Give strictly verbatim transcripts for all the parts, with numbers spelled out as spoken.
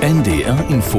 N D R Info.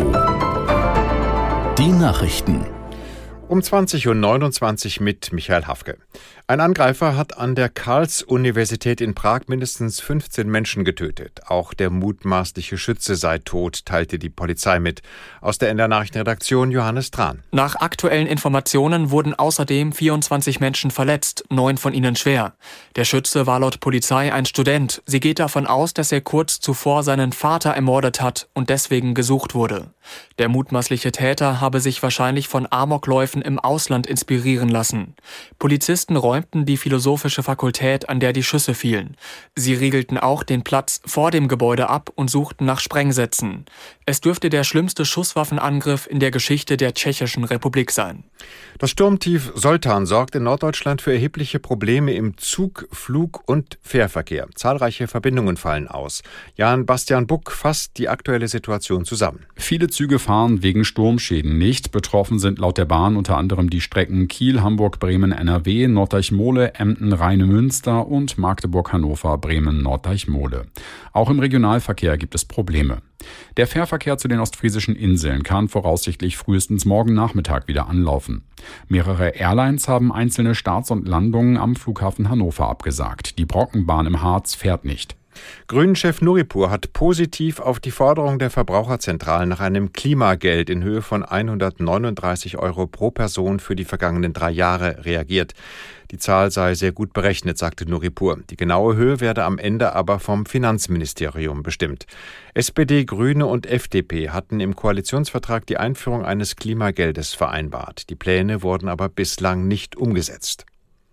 Die Nachrichten. Um zwanzig Uhr neunundzwanzig mit Michael Hafke. Ein Angreifer hat an der Karls-Universität in Prag mindestens fünfzehn Menschen getötet. Auch der mutmaßliche Schütze sei tot, teilte die Polizei mit. Aus der N D R-Nachrichtenredaktion Johannes Tran. Nach aktuellen Informationen wurden außerdem vierundzwanzig Menschen verletzt, neun von ihnen schwer. Der Schütze war laut Polizei ein Student. Sie geht davon aus, dass er kurz zuvor seinen Vater ermordet hat und deswegen gesucht wurde. Der mutmaßliche Täter habe sich wahrscheinlich von Amokläufen im Ausland inspirieren lassen. Polizisten räumten die philosophische Fakultät, an der die Schüsse fielen. Sie riegelten auch den Platz vor dem Gebäude ab und suchten nach Sprengsätzen. Es dürfte der schlimmste Schusswaffenangriff in der Geschichte der Tschechischen Republik sein. Das Sturmtief Zoltan sorgt in Norddeutschland für erhebliche Probleme im Zug-, Flug- und Fährverkehr. Zahlreiche Verbindungen fallen aus. Jan-Bastian Buck fasst die aktuelle Situation zusammen. Viele Züge fahren wegen Sturmschäden nicht. Betroffen sind laut der Bahn unter anderem die Strecken Kiel, Hamburg, Bremen, N R W, Norddeich-Mohle, Emden, Rheine-Münster und Magdeburg-Hannover, Bremen, Norddeich-Mohle. Auch im Regionalverkehr gibt es Probleme. Der Fährverkehr zu den ostfriesischen Inseln kann voraussichtlich frühestens morgen Nachmittag wieder anlaufen. Mehrere Airlines haben einzelne Starts und Landungen am Flughafen Hannover abgesagt. Die Brockenbahn im Harz fährt nicht. Grünen-Chef Nuripur hat positiv auf die Forderung der Verbraucherzentralen nach einem Klimageld in Höhe von hundertneununddreißig Euro pro Person für die vergangenen drei Jahre reagiert. Die Zahl sei sehr gut berechnet, sagte Nuripur. Die genaue Höhe werde am Ende aber vom Finanzministerium bestimmt. S P D, Grüne und F D P hatten im Koalitionsvertrag die Einführung eines Klimageldes vereinbart. Die Pläne wurden aber bislang nicht umgesetzt.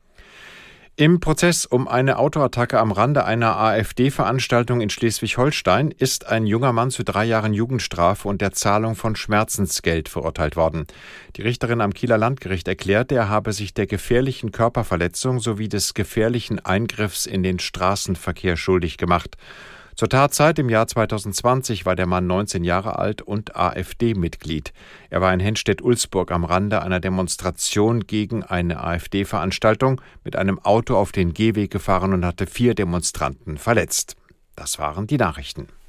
Im Prozess um eine Autoattacke am Rande einer AfD-Veranstaltung in Schleswig-Holstein ist ein junger Mann zu drei Jahren Jugendstrafe und der Zahlung von Schmerzensgeld verurteilt worden. Die Richterin am Kieler Landgericht erklärte, er habe sich der gefährlichen Körperverletzung sowie des gefährlichen Eingriffs in den Straßenverkehr schuldig gemacht. Zur Tatzeit im Jahr zweitausendzwanzig war der Mann neunzehn Jahre alt und AfD-Mitglied. Er war in Henstedt-Ulzburg am Rande einer Demonstration gegen eine AfD-Veranstaltung mit einem Auto auf den Gehweg gefahren und hatte vier Demonstranten verletzt. Das waren die Nachrichten.